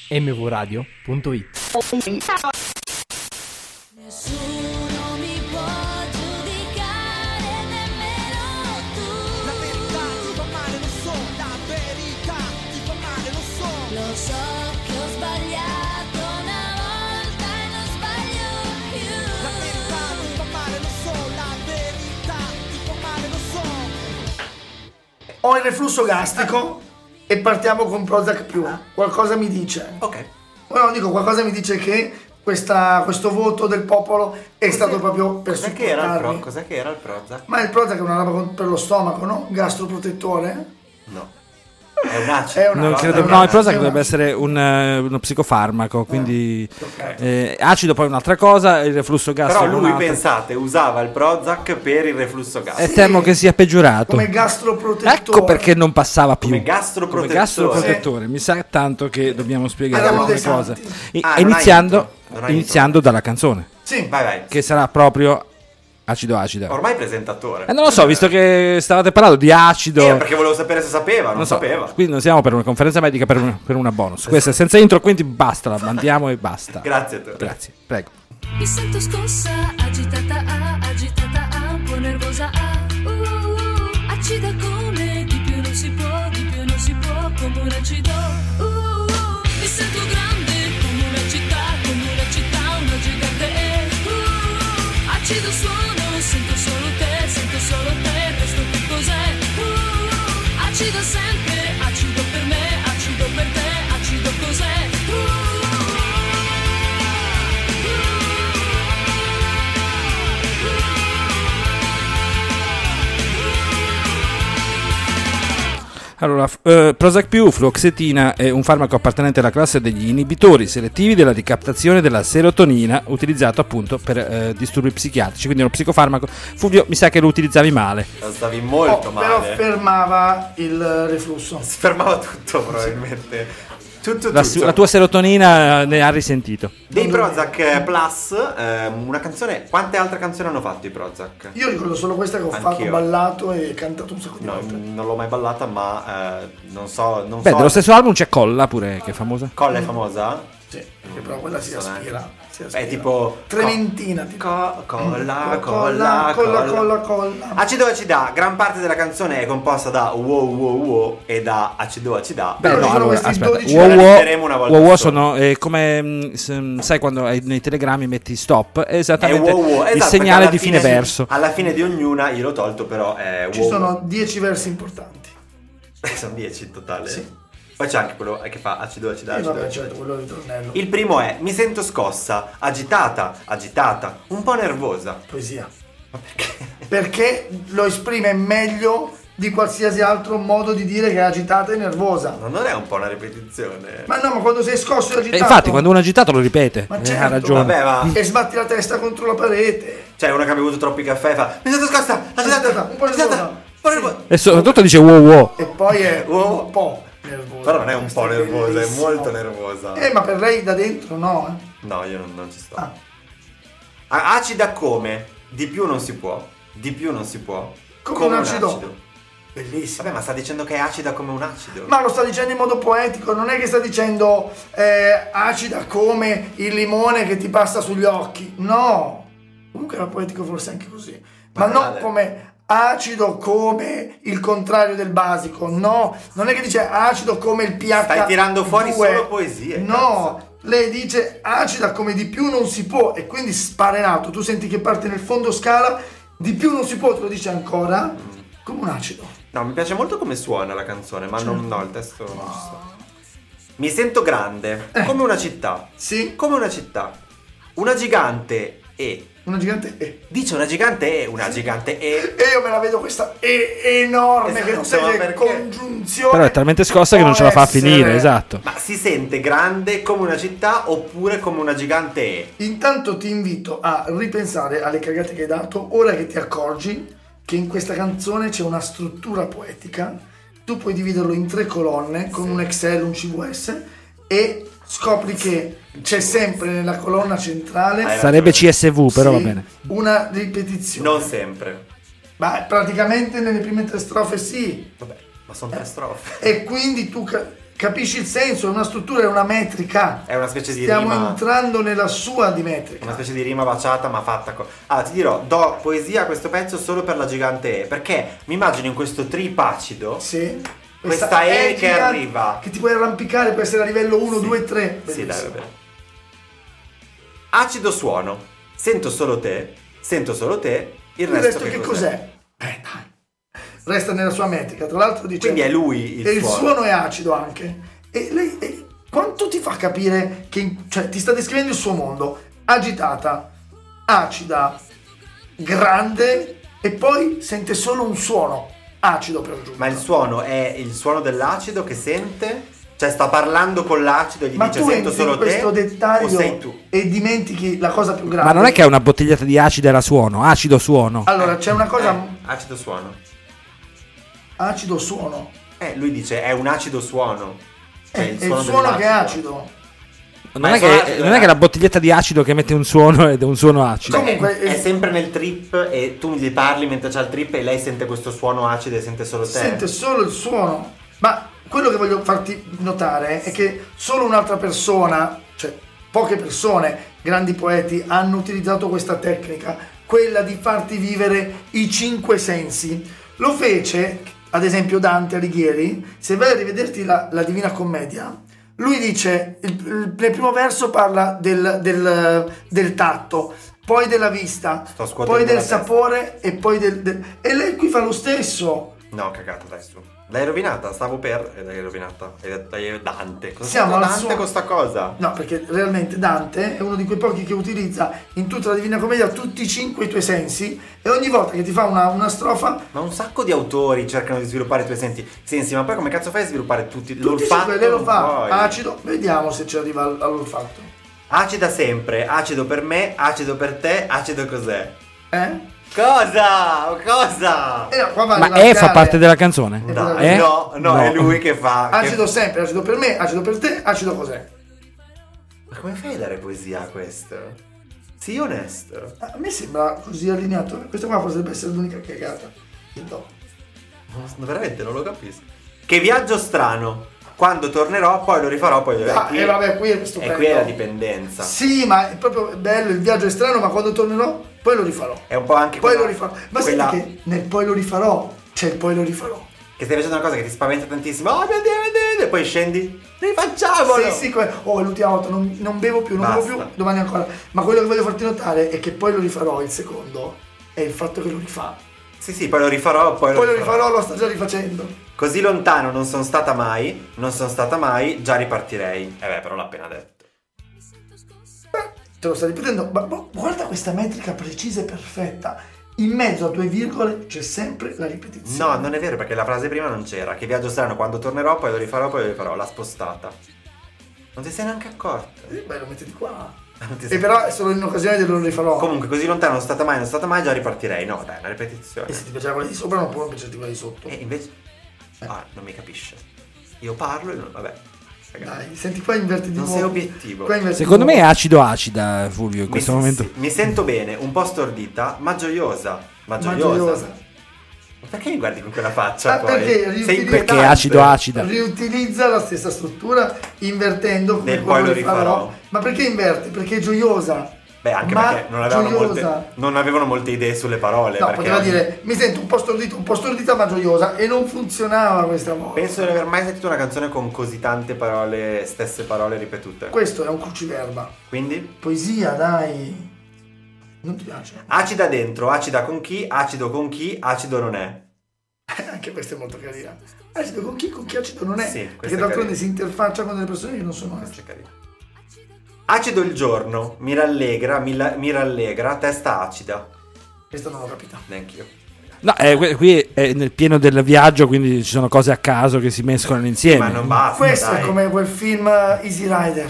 mvradio.it. Nessuno mi può giudicare, nemmeno tu. La verità ti fa male, lo so. La verità ti fa male, lo so. Lo so che ho sbagliato una volta e non sbaglio più. La verità ti fa male, lo so. La verità ti fa male, lo so. Ho il reflusso gastrico e partiamo con Prozac più. Qualcosa mi dice. Ok. No, dico, qualcosa mi dice che questo voto del popolo è stato proprio per Cos'è che era supportarmi. cos'è che era il Prozac? Ma il Prozac è una roba per lo stomaco, no? Gastroprotettore? No. È un acido. È una Non cosa- credo- è una- no, il Prozac è una- dovrebbe essere uno psicofarmaco, quindi ok. acido poi un'altra cosa, il reflusso gastrico Però lui, un'altra. pensate, usava il Prozac per il reflusso gastrico. E temo che sia peggiorato. Come gastroprotettore. Ecco perché non passava più. Come gastroprotettore. Come gastroprotettore. Mi sa tanto che dobbiamo spiegare Eravamo alcune dei cose. santi. Ah, non hai Iniziando, intro. Non hai iniziando dalla canzone, Sì. Vai. che sarà proprio acido acida. Ormai presentatore. Non lo so, visto che stavate parlando di acido. Perché volevo sapere se sapeva, non so, sapeva. quindi non siamo per una conferenza medica, per una bonus. Questa è senza intro, quindi basta, la mandiamo e basta. Grazie a te. Grazie, prego. Mi sento scossa, agitata, un po' nervosa, acida come di più non si può, come un acido. Mi sento grande come una città, una gigante. Acido suono, sento solo te, resto che cos'è? Acido sempre, acido per me, acido per te, acido cos'è? Allora, Prozac più, fluoxetina, è un farmaco appartenente alla classe degli inibitori selettivi della ricaptazione della serotonina, utilizzato appunto per disturbi psichiatrici, quindi è uno psicofarmaco. Fulvio, mi sa che lo utilizzavi male. Lo stavi molto Però male. fermava il reflusso. Si fermava tutto probabilmente. Tutto. La tua serotonina ne ha risentito. Dei Prozac Plus, una canzone. Quante altre canzoni hanno fatto i Prozac? Io ricordo solo questa che ho fatto, Anch'io. ballato e cantato un sacco di No, volte. non l'ho mai ballata, ma non so. Beh, dello stesso album c'è Colla pure, che è famosa. Colla è famosa? Sì, perché però quella si Non so aspira. È tipo Trementina, tipo. Colla. Colla. Acido acida, gran parte della canzone è composta da wow e da acido acida. Beh, Però no, ci sono allora, questi aspetta. 12 la metteremo una volta sola. sono come sai quando nei telegrammi metti stop, è È esattamente wow, il esatto, segnale perché di fine verso. Alla fine di ognuna io l'ho tolto, però è Ci sono 10 versi importanti. sono 10 in totale. Sì. Poi c'è anche quello che fa acido acida. Sì, acido, vabbè, acido. certo, quello è il ritornello. Il primo è: mi sento scossa, agitata, un po' nervosa. Poesia. Ma perché? Perché lo esprime meglio di qualsiasi altro modo di dire che è agitata e nervosa. Ma non è un po' una ripetizione? Ma no, ma quando sei scosso e E agitato. infatti quando uno è agitato lo ripete. Ma Ha certo. ragione. Vabbè, ma E sbatti la testa contro la parete. c'è uno che ha bevuto troppi caffè e fa: mi sento scossa, agitata, Un po' nervosa. un po' nervosa. E soprattutto dice wow. E poi è Oh. un po' nervosa. Però non è un po' Questo nervosa, è bellissimo. molto nervosa. Ma per lei da dentro no, No, io non ci sto. Ah. Acida come? Di più non si può. Come un acido. Bellissimo. Vabbè, ma sta dicendo che è acida come un acido. Ma lo sta dicendo in modo poetico, non è che sta dicendo acida come il limone che ti passa sugli occhi. No. Comunque era poetico forse anche così. Ma non vale. come acido come il contrario del basico. No. Non è che dice acido come il pH. Stai tirando fuori solo poesie, No. cazzo. Lei dice acida come di più non si può e quindi spara in alto. Tu senti che parte nel fondo scala, di più non si può, te lo dice ancora come un acido. No, mi piace molto come suona la canzone, ma non, no, il testo non ci sta. Mi sento grande, come una città. Sì. Come una città. Una gigante e. Una gigante E. Dice una gigante e, una gigante e. E io me la vedo questa E enorme che non Esatto, sai ma che perché? congiunzione. Però è talmente scossa che non ce la fa a può finire, essere. esatto. Ma si sente grande come una città oppure come una gigante e? Intanto ti invito a ripensare alle cagate che hai dato ora che ti accorgi che in questa canzone c'è una struttura poetica. Tu puoi dividerlo in 3 colonne con un Excel, un CVS e scopri che c'è sempre nella colonna centrale Sarebbe CSV, però sì, va bene. una ripetizione. Non sempre. Ma praticamente nelle prime 3 strofe sì. Vabbè, ma sono 3 strofe. E quindi tu capisci il senso, è una struttura, è una metrica. È una specie di Stiamo rima. entrando nella sua di metrica. Una specie di rima baciata ma fatta ti dirò, do poesia a questo pezzo solo per la gigante E, perché mi immagino in questo trip acido. Sì. Questa E che gigante, arriva. che ti puoi arrampicare, può essere a livello 1, Sì. 2, 3. Sì, dai, va bene. Acido suono. Sento solo te, il resto che cos'è? Dai. Resta nella sua metrica, tra l'altro dice. Quindi è lui il e il suono. suono è acido anche. E lei quanto ti fa capire che cioè ti sta descrivendo il suo mondo? Agitata, acida, grande e poi sente solo un suono acido per giunta. Ma il suono è il suono dell'acido che sente? Cioè sta parlando con l'acido e gli Ma dice tu sento entri solo in questo te dettaglio o sei tu? e dimentichi la cosa più grande. Ma non è che è una bottigliata di acida era suono, acido suono. Allora c'è una cosa Acido suono. acido suono. Lui dice è un acido suono. Cioè, È il suono che è acido. Non Ma è, è solo acido, non è che la bottiglietta di acido che mette un suono ed è un suono acido. Comunque, È sempre nel trip e tu gli parli mentre c'è il trip e lei sente questo suono acido e sente solo te. Sente solo il suono. Ma quello che voglio farti notare è che solo un'altra persona, cioè poche persone, grandi poeti, hanno utilizzato questa tecnica, quella di farti vivere i 5 sensi. Lo fece, ad esempio, Dante Alighieri. Se vai a rivederti la Divina Commedia, lui dice, nel primo verso parla del tatto, poi della vista, poi del sapore e poi e lei qui fa lo stesso. No, cagato, dai su. L'hai rovinata, stavo per... e l'hai rovinata. Hai detto Dante. Cosa Siamo fa al Dante suo- con sta cosa? No, perché realmente Dante è uno di quei pochi che utilizza in tutta la Divina Commedia tutti i 5 i tuoi sensi e ogni volta che ti fa una strofa Ma un sacco di autori cercano di sviluppare i tuoi sensi, ma poi come cazzo fai a sviluppare tutti? tutti i L'olfatto 5 lei lo non fa. puoi. Acido, vediamo se ci arriva all'olfatto. Acida sempre, acido per me, acido per te, acido cos'è? Cosa? Cosa? No, qua va Ma arrivare fa parte della canzone? Dai, no, è lui che fa. Acido sempre, acido per me, acido per te, acido cos'è? Ma come fai a dare poesia a questo? Sii onesto. A me sembra così allineato. Questa qua potrebbe essere l'unica cagata. No. Veramente non lo capisco. Che viaggio strano. Quando tornerò, poi lo rifarò, poi lo E vabbè, qui è stupendo. E qui è la dipendenza. Sì, ma è proprio bello, il viaggio è strano, ma quando tornerò, poi lo rifarò. È un po' anche Poi quella- lo rifarò. Ma quella- senti che nel poi lo rifarò c'è il poi lo rifarò. Che stai facendo una cosa che ti spaventa tantissimo. Oh mio Dio, e poi scendi. Rifacciamolo. Sì, è l'ultima volta, non bevo più, non bevo Basta. più, domani ancora. Ma quello che voglio farti notare è che poi lo rifarò, il secondo, è il fatto che lo rifà. Sì, poi lo rifarò, poi Poi lo rifarò, lo sta già rifacendo. Così lontano non sono stata mai, già ripartirei. Però l'ha appena detto. Te lo sta ripetendo, ma guarda questa metrica precisa e perfetta. In mezzo a 2 virgole c'è sempre la ripetizione. No, non è vero perché la frase prima non c'era. Che viaggio strano, quando tornerò, poi lo rifarò, l'ha spostata. Non ti sei neanche accorto. Beh, lo metti di qua. Non ti E sei- però è solo in occasione del lo rifarò. Comunque, così lontano non sono stata mai, già ripartirei. No, dai, una ripetizione. E se ti piaceva quella di sopra non può non piacerti quella di sotto. E invece... non mi capisce. Io parlo e non... Vabbè. Dai, senti qua inverti di Non nuovo. sei obiettivo. Qua inverti Secondo di me è nuovo. acido-acida, Fulvio, in questo momento. Sì, mi sento bene, un po' stordita, ma gioiosa. Ma gioiosa. Perché mi guardi con quella faccia poi? Perché Sei riutilizza- Perché è inquietante. acido-acida. Riutilizza la stessa struttura invertendo come Del quello poi lo che rifarò. Ma perché inverte? Perché è gioiosa. Beh, anche Ma perché gioiosa. non avevano molte idee sulle parole. No, perché poteva dire mi sento un po' stordita ma gioiosa e non funzionava questa volta. Penso di non aver mai sentito una canzone con così tante parole, stesse parole ripetute. Questo è un cruciverba. Quindi? Poesia, dai. Non ti piace? Acida dentro, acida con chi, acido non è. Anche questa è molto carina. Acido con chi acido non è. Sì, questa perché è d'altronde carina. si interfaccia con delle persone che non sono acide. Carino. Acido il giorno, mi rallegra, testa acida. Questa non l'ho capita. Neanch'io. No, qui è nel pieno del viaggio, quindi ci sono cose a caso che si mescolano insieme. Ma non basta. Questo dai. è come quel film Easy Rider.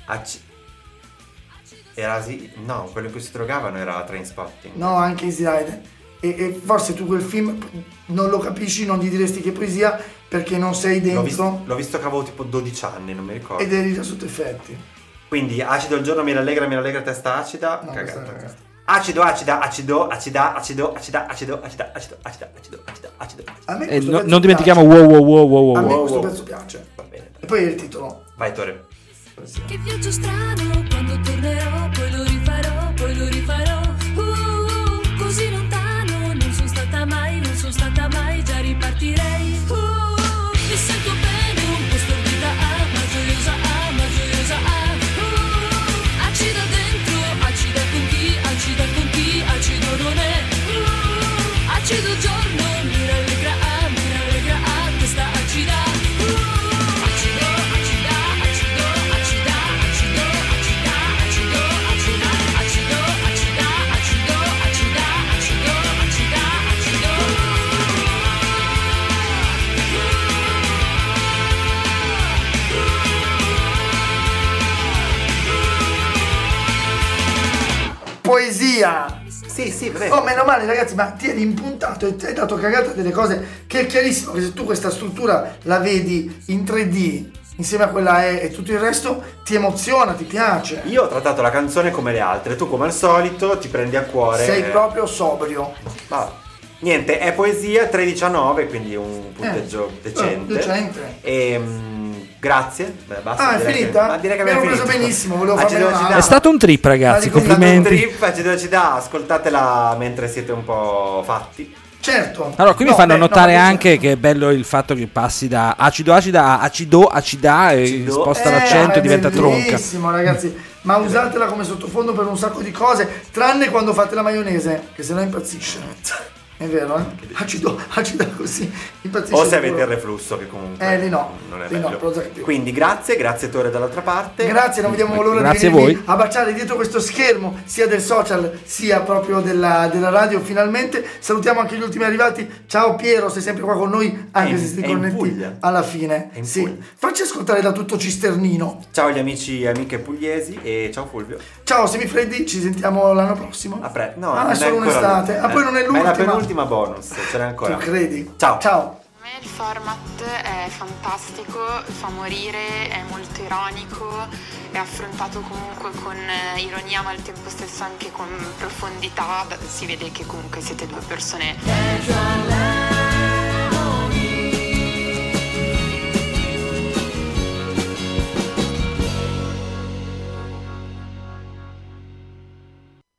No, quello in cui si drogavano era Trainspotting. No, anche Easy Rider. E forse tu quel film non lo capisci, non gli diresti che è poesia perché non sei dentro L'ho visto che avevo tipo 12 anni, non mi ricordo. ed eri già sotto effetti. Quindi acido il giorno mi rallegra, testa acida. No, Cagata. questa è cagata. Acido, acida, acido, acida, acido, acida, acido, acida, acido, acida, acido, acida, acido. A me E questo pezzo non dimentichiamo piace. wow. A me wow, questo wow. pezzo piace. Va bene. E poi il titolo. Vai Tore. Che viaggio strano, quando tornerò, poi lo rifarò, così lontano, non sono stata mai, già ripartirei. Mi sento bene, un po' stordita, ma gioiosa, acida dentro, acida con chi, acido non è. Acido giorno, mi rallegra, questa acida. Acido, acida, acido, acida, acido, acida, acido, acida, acido, acida, acido, acida, acido, acida, acido. Poesia! Sì, vabbè. Oh, meno male ragazzi, ma ti eri impuntato e ti hai dato cagata delle cose che è chiarissimo che se tu questa struttura la vedi in 3D insieme a quella E e tutto il resto ti emoziona, ti piace. Io ho trattato la canzone come le altre, tu come al solito ti prendi a cuore. Sei proprio sobrio. Ma niente, è poesia 13-9, quindi un punteggio decente. Decente. Grazie. Beh, basta. Ah, è direi finita? ma direi che Mi ero abbiamo preso finito. benissimo, volevo Acido, farmene acida. una. È stato un trip, ragazzi, Ma di complimenti. Trip, acido, acida, ascoltatela mentre siete un po' fatti. Certo. Allora, qui mi No, fanno beh, no, notare ma anche certo. che è bello il fatto che passi da acido, acida a acido, acida e Acido. sposta l'accento e è diventa tronca. bellissimo ragazzi, ma usatela come sottofondo per un sacco di cose, tranne quando fate la maionese, che sennò impazzisce. È vero, eh? Acido, acida così, impazzisce. O se sicuro. avete il reflusso, che comunque Lì no, non è lì no, bello. Prozac più. Quindi grazie Tore dall'altra parte. Grazie, non vediamo l'ora Grazie di a venirvi voi. a baciare dietro questo schermo, sia del social sia proprio della radio finalmente. Salutiamo anche gli ultimi arrivati. Ciao Piero, sei sempre qua con noi, anche se ti è in connetti Puglia. alla fine. È in Sì. Puglia. Facci ascoltare da tutto Cisternino. Ciao agli amici e amiche pugliesi e ciao Fulvio. Ciao Semifreddi, ci sentiamo l'anno prossimo. No, Ah, non è solo ancora un'estate. l'ultima. Ah, poi non è Ma è l'ultima. la penultima bonus, ce n'è ancora. Tu credi? Ciao. Ciao. Per me il format è fantastico, fa morire, è molto ironico, è affrontato comunque con ironia ma al tempo stesso anche con profondità. Si vede che comunque siete due persone